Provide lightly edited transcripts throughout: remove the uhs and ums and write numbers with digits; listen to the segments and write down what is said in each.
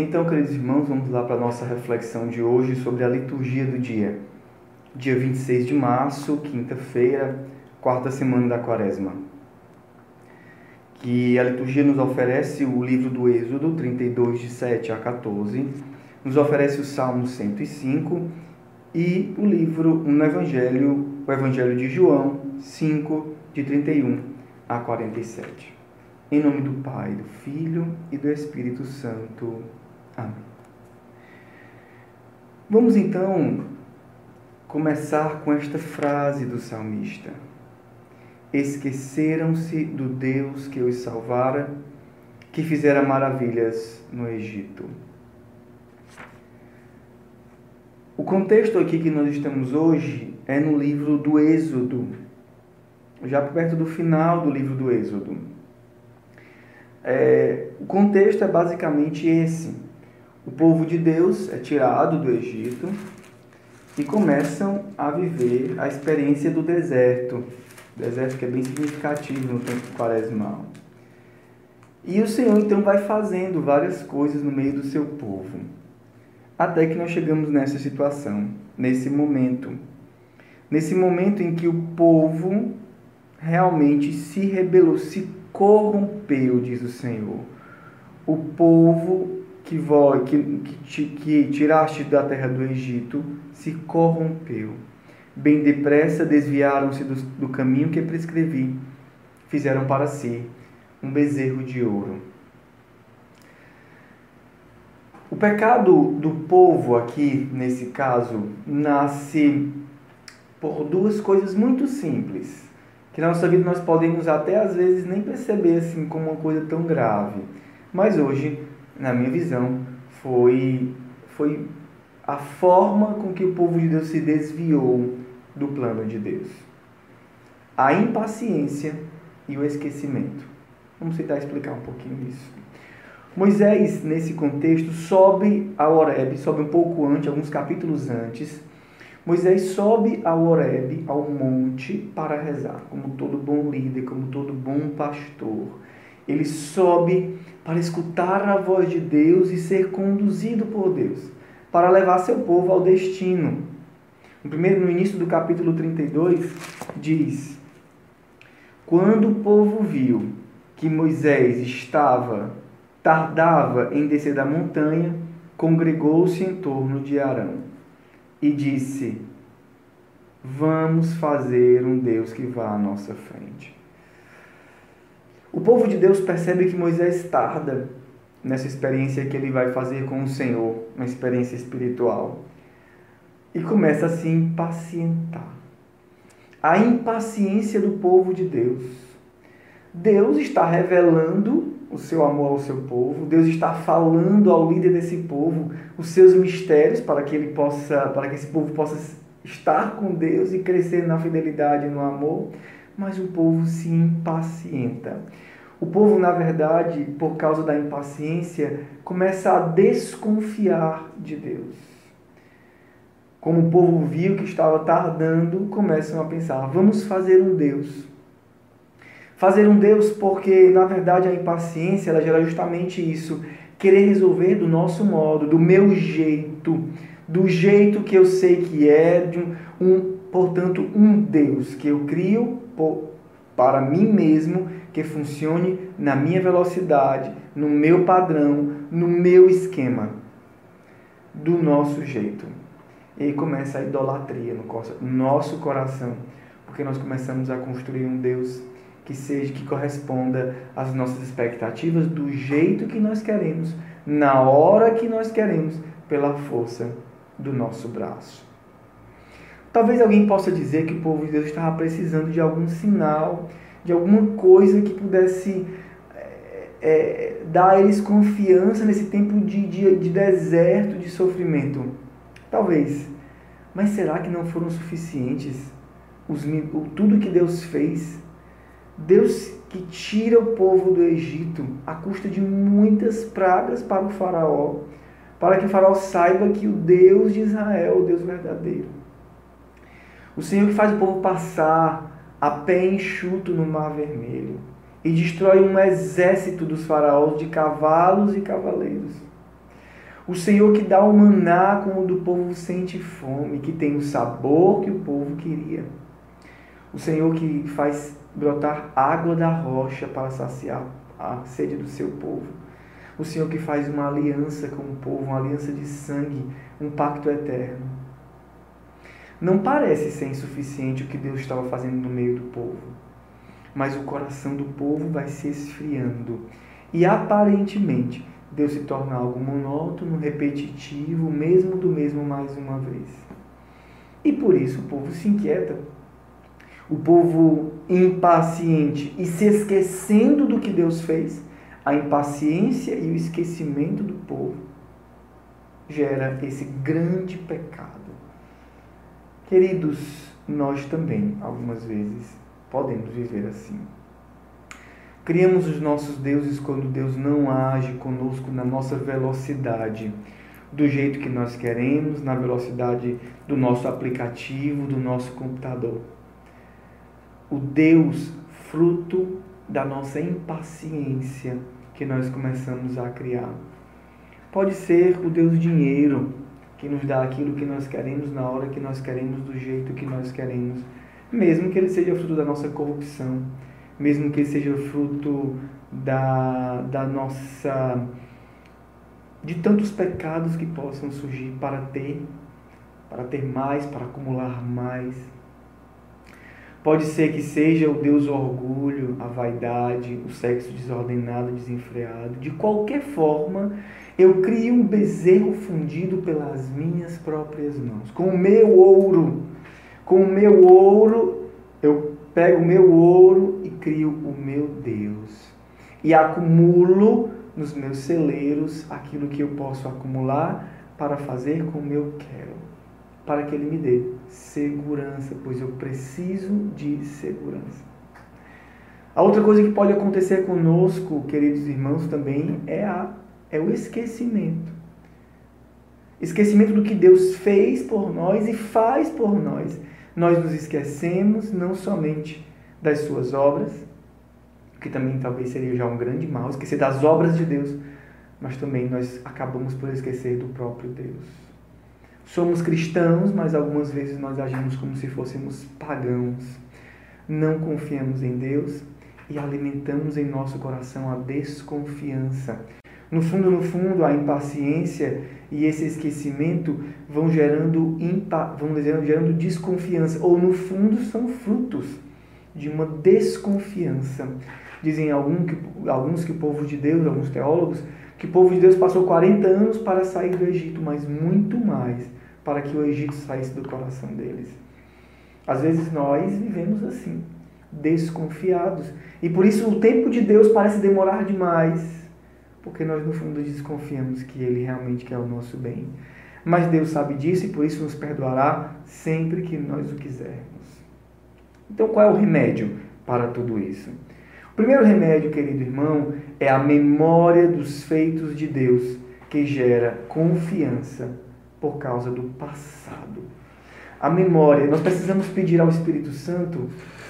Então, queridos irmãos, vamos lá para a nossa reflexão de hoje sobre a liturgia do dia. Dia 26 de março, quinta-feira, quarta semana da Quaresma. Que a liturgia nos oferece o livro do Êxodo 32, de 7 a 14, nos oferece o Salmo 105 e o Evangelho de João 5, de 31 a 47. Em nome do Pai, do Filho e do Espírito Santo. Amém. Vamos então começar com esta frase do salmista: esqueceram-se do Deus que os salvara, que fizera maravilhas no Egito. O contexto aqui que nós estamos hoje é no livro do Êxodo, já perto do final do livro do Êxodo. O contexto é basicamente esse: o povo de Deus é tirado do Egito e começam a viver a experiência do deserto. Deserto que é bem significativo no tempo quaresmal. E o Senhor então vai fazendo várias coisas no meio do seu povo, até que nós chegamos nessa situação, nesse momento em que o povo realmente se rebelou, se corrompeu, diz o Senhor. O povo que tiraste da terra do Egito se corrompeu. Bem depressa desviaram-se do caminho que prescrevi, fizeram para si um bezerro de ouro. O pecado do povo aqui, nesse caso, nasce por duas coisas muito simples, que na nossa vida nós podemos até às vezes nem perceber assim como uma coisa tão grave. Mas hoje, na minha visão, foi a forma com que o povo de Deus se desviou do plano de Deus. A impaciência e o esquecimento. Vamos tentar explicar um pouquinho isso. Moisés, nesse contexto, sobe ao Horebe, sobe um pouco antes, alguns capítulos antes. Moisés sobe ao Horebe, ao monte, para rezar, como todo bom líder, como todo bom pastor. Ele sobe para escutar a voz de Deus e ser conduzido por Deus, para levar seu povo ao destino. No início do capítulo 32, diz: quando o povo viu que Moisés tardava em descer da montanha, congregou-se em torno de Arão e disse: vamos fazer um Deus que vá à nossa frente. O povo de Deus percebe que Moisés tarda nessa experiência que ele vai fazer com o Senhor, uma experiência espiritual, e começa a se impacientar. A impaciência do povo de Deus. Deus está revelando o seu amor ao seu povo, Deus está falando ao líder desse povo os seus mistérios para que esse povo possa estar com Deus e crescer na fidelidade e no amor, mas o povo se impacienta. O povo, na verdade, por causa da impaciência, começa a desconfiar de Deus. Como o povo viu que estava tardando, começam a pensar: vamos fazer um Deus. Fazer um Deus porque, na verdade, a impaciência ela gera justamente isso. Querer resolver do nosso modo, do meu jeito, do jeito que eu sei que é, portanto, um Deus que eu crio para mim mesmo, que funcione na minha velocidade, no meu padrão, no meu esquema, do nosso jeito. E aí começa a idolatria no nosso coração, porque nós começamos a construir um Deus que corresponda às nossas expectativas, do jeito que nós queremos, na hora que nós queremos, pela força do nosso braço. Talvez alguém possa dizer que o povo de Deus estava precisando de algum sinal, de alguma coisa que pudesse dar a eles confiança nesse tempo de deserto, de sofrimento. Talvez. Mas será que não foram suficientes tudo que Deus fez? Deus que tira o povo do Egito à custa de muitas pragas para o faraó, para que o faraó saiba que o Deus de Israel é o Deus verdadeiro. O Senhor que faz o povo passar a pé enxuto no Mar Vermelho e destrói um exército dos faraós de cavalos e cavaleiros. O Senhor que dá o maná quando o povo sente fome, que tem o sabor que o povo queria. O Senhor que faz brotar água da rocha para saciar a sede do seu povo. O Senhor que faz uma aliança com o povo, uma aliança de sangue, um pacto eterno. Não parece ser insuficiente o que Deus estava fazendo no meio do povo, mas o coração do povo vai se esfriando e aparentemente Deus se torna algo monótono, repetitivo, mesmo do mesmo mais uma vez. E por isso o povo se inquieta. O povo impaciente e se esquecendo do que Deus fez, a impaciência e o esquecimento do povo gera esse grande pecado. Queridos, nós também, algumas vezes, podemos viver assim. Criamos os nossos deuses quando Deus não age conosco na nossa velocidade, do jeito que nós queremos, na velocidade do nosso aplicativo, do nosso computador. O Deus fruto da nossa impaciência que nós começamos a criar. Pode ser o Deus dinheiro, que nos dá aquilo que nós queremos na hora que nós queremos, do jeito que nós queremos, mesmo que ele seja fruto da nossa corrupção, mesmo que ele seja fruto da nossa, de tantos pecados que possam surgir para ter mais, para acumular mais. Pode ser que seja o Deus orgulho, a vaidade, o sexo desordenado, desenfreado. De qualquer forma, eu crio um bezerro fundido pelas minhas próprias mãos. Com o meu ouro, eu pego o meu ouro e crio o meu Deus. E acumulo nos meus celeiros aquilo que eu posso acumular para fazer como eu quero. Para que Ele me dê segurança, pois eu preciso de segurança. A outra coisa que pode acontecer conosco, queridos irmãos, também é o esquecimento. Esquecimento do que Deus fez por nós e faz por nós. Nós nos esquecemos não somente das suas obras, que também talvez seria já um grande mal, esquecer das obras de Deus, mas também nós acabamos por esquecer do próprio Deus. Somos cristãos, mas algumas vezes nós agimos como se fôssemos pagãos. Não confiamos em Deus e alimentamos em nosso coração a desconfiança. No fundo, a impaciência e esse esquecimento vão gerando desconfiança, ou no fundo são frutos de uma desconfiança. Dizem alguns que o povo de Deus, alguns teólogos, que o povo de Deus passou 40 anos para sair do Egito, mas muito mais para que o Egito saísse do coração deles. Às vezes nós vivemos assim, desconfiados. E por isso o tempo de Deus parece demorar demais, porque nós no fundo desconfiamos que Ele realmente quer o nosso bem. Mas Deus sabe disso e por isso nos perdoará sempre que nós o quisermos. Então qual é o remédio para tudo isso? O primeiro remédio, querido irmão, é a memória dos feitos de Deus, que gera confiança por causa do passado. A memória, nós precisamos pedir ao Espírito Santo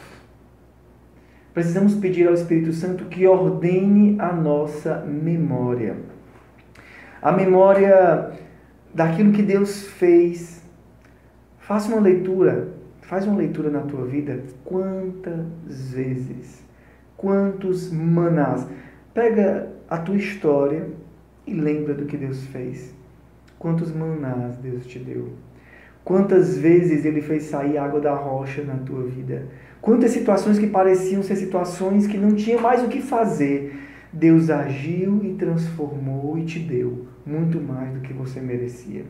que ordene a nossa memória. A memória daquilo que Deus fez. Faz uma leitura na tua vida. Quantas vezes, quantos manás. Pega a tua história e lembra do que Deus fez. Quantos manás Deus te deu. Quantas vezes Ele fez sair água da rocha na tua vida. Quantas situações que pareciam ser situações que não tinha mais o que fazer. Deus agiu e transformou e te deu muito mais do que você merecia.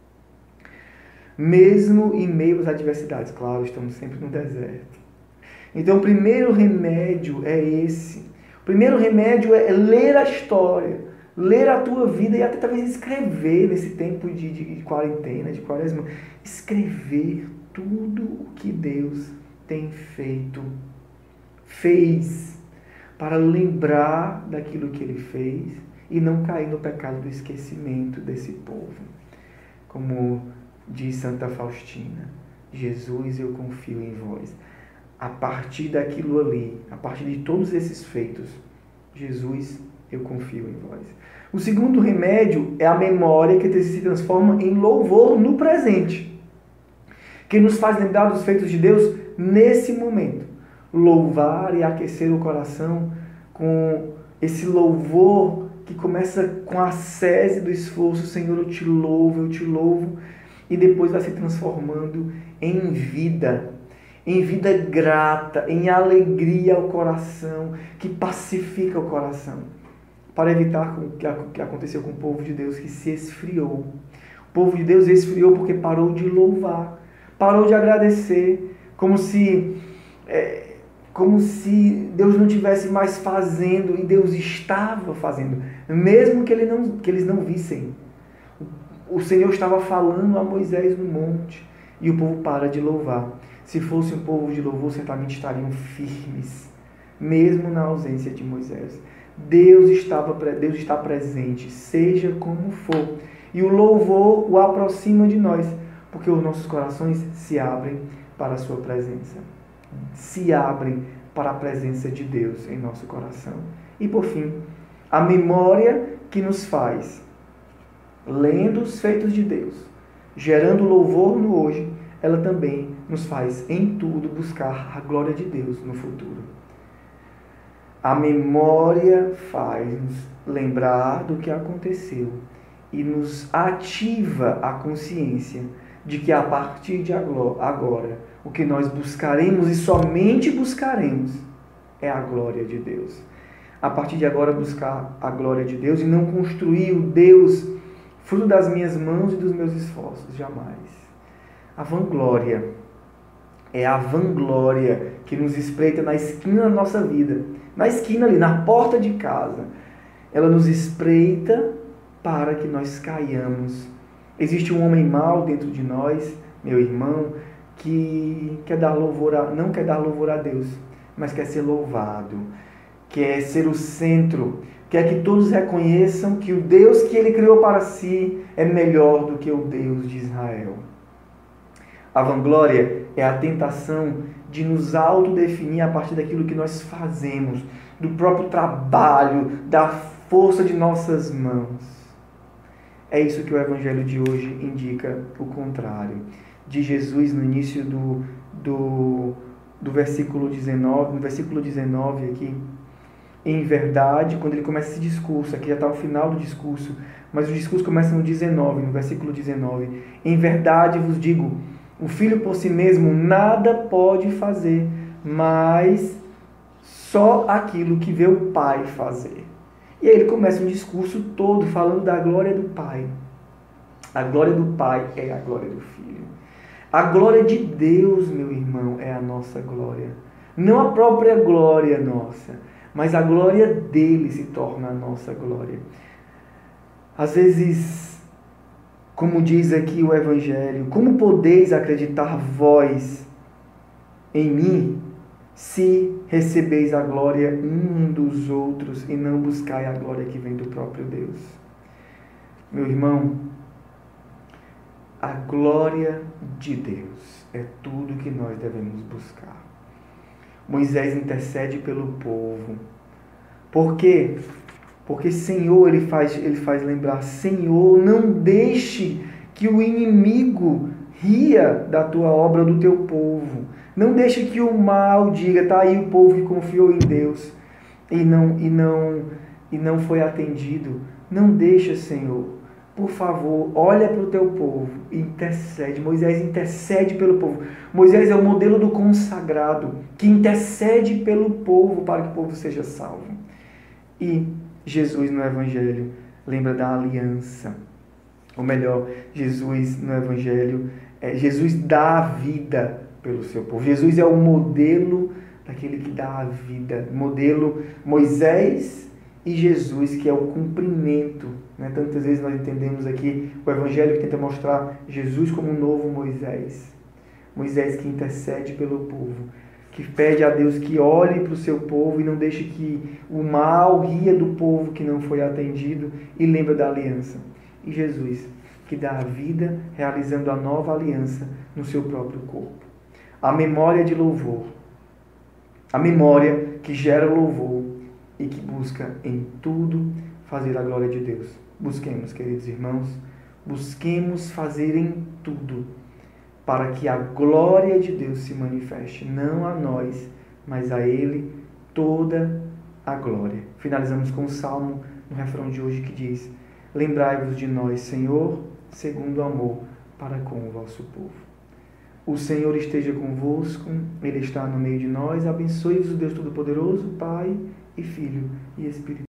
Mesmo em meio às adversidades. Claro, estamos sempre no deserto. Então o primeiro remédio é esse. O primeiro remédio é ler a história. Ler a tua vida e até talvez escrever nesse tempo de quarentena, de quaresma. Escrever tudo o que Deus tem fez, para lembrar daquilo que Ele fez e não cair no pecado do esquecimento desse povo. Como diz Santa Faustina, Jesus, eu confio em vós. A partir daquilo ali, a partir de todos esses feitos, Jesus eu confio em vós. O segundo remédio é a memória que se transforma em louvor no presente, que nos faz lembrar dos feitos de Deus nesse momento. Louvar e aquecer o coração com esse louvor que começa com a sese do esforço. Senhor, eu te louvo, e depois vai se transformando em vida grata, em alegria ao coração, que pacifica o coração, para evitar o que aconteceu com o povo de Deus, que se esfriou. O povo de Deus esfriou porque parou de louvar, parou de agradecer, como se Deus não estivesse mais fazendo, e Deus estava fazendo, mesmo que eles não vissem. O Senhor estava falando a Moisés no monte, e o povo para de louvar. Se fosse um povo de louvor, certamente estariam firmes, mesmo na ausência de Moisés. Deus está presente, seja como for. E o louvor o aproxima de nós, porque os nossos corações se abrem para a sua presença. Se abrem para a presença de Deus em nosso coração. E por fim, a memória que nos faz, lendo os feitos de Deus, gerando louvor no hoje, ela também nos faz em tudo buscar a glória de Deus no futuro. A memória faz-nos lembrar do que aconteceu e nos ativa a consciência de que a partir de agora, o que nós buscaremos e somente buscaremos é a glória de Deus. A partir de agora, buscar a glória de Deus e não construir o Deus fruto das minhas mãos e dos meus esforços, jamais. A vanglória é a vanglória que nos espreita na esquina da nossa vida, na esquina ali, na porta de casa. Ela nos espreita para que nós caiamos. Existe um homem mau dentro de nós, meu irmão, que não quer dar louvor a Deus, mas quer ser louvado, quer ser o centro, quer que todos reconheçam que o Deus que ele criou para si é melhor do que o Deus de Israel. A vanglória é a tentação de nos autodefinir a partir daquilo que nós fazemos, do próprio trabalho, da força de nossas mãos. É isso que o Evangelho de hoje indica, o contrário. De Jesus no início do versículo 19, no versículo 19 aqui, em verdade, quando ele começa esse discurso, aqui já está o final do discurso, mas o discurso começa no 19, no versículo 19. Em verdade vos digo, o filho por si mesmo nada pode fazer, mas só aquilo que vê o Pai fazer. E aí ele começa um discurso todo falando da glória do Pai. A glória do Pai é a glória do Filho. A glória de Deus, meu irmão, é a nossa glória. Não a própria glória nossa, mas a glória dele se torna a nossa glória. Às vezes, como diz aqui o Evangelho, como podeis acreditar vós em mim, se recebeis a glória um dos outros e não buscai a glória que vem do próprio Deus? Meu irmão, a glória de Deus é tudo que nós devemos buscar. Moisés intercede pelo povo. Por quê? Porque Senhor, ele faz lembrar, Senhor, não deixe que o inimigo ria da tua obra, do teu povo. Não deixe que o mal diga, tá aí o povo que confiou em Deus e não foi atendido. Não deixa, Senhor. Por favor, olha para o teu povo e intercede. Moisés intercede pelo povo. Moisés é o modelo do consagrado que intercede pelo povo para que o povo seja salvo. E Jesus no Evangelho lembra da aliança. Ou melhor, Jesus no Evangelho, Jesus dá a vida pelo seu povo. Jesus é o modelo daquele que dá a vida. Modelo Moisés e Jesus, que é o cumprimento. Né? Tantas vezes nós entendemos aqui o Evangelho que tenta mostrar Jesus como um novo Moisés. Moisés que intercede pelo povo, que pede a Deus que olhe para o seu povo e não deixe que o mal ria do povo que não foi atendido, e lembra da aliança. E Jesus, que dá a vida realizando a nova aliança no seu próprio corpo. A memória de louvor, a memória que gera louvor, e que busca em tudo fazer a glória de Deus. Busquemos, queridos irmãos, busquemos fazer em tudo para que a glória de Deus se manifeste, não a nós, mas a Ele toda a glória. Finalizamos com o Salmo, no refrão de hoje, que diz: lembrai-vos de nós, Senhor, segundo o amor para com o vosso povo. O Senhor esteja convosco, Ele está no meio de nós. Abençoe-vos o Deus Todo-Poderoso, Pai e Filho e Espírito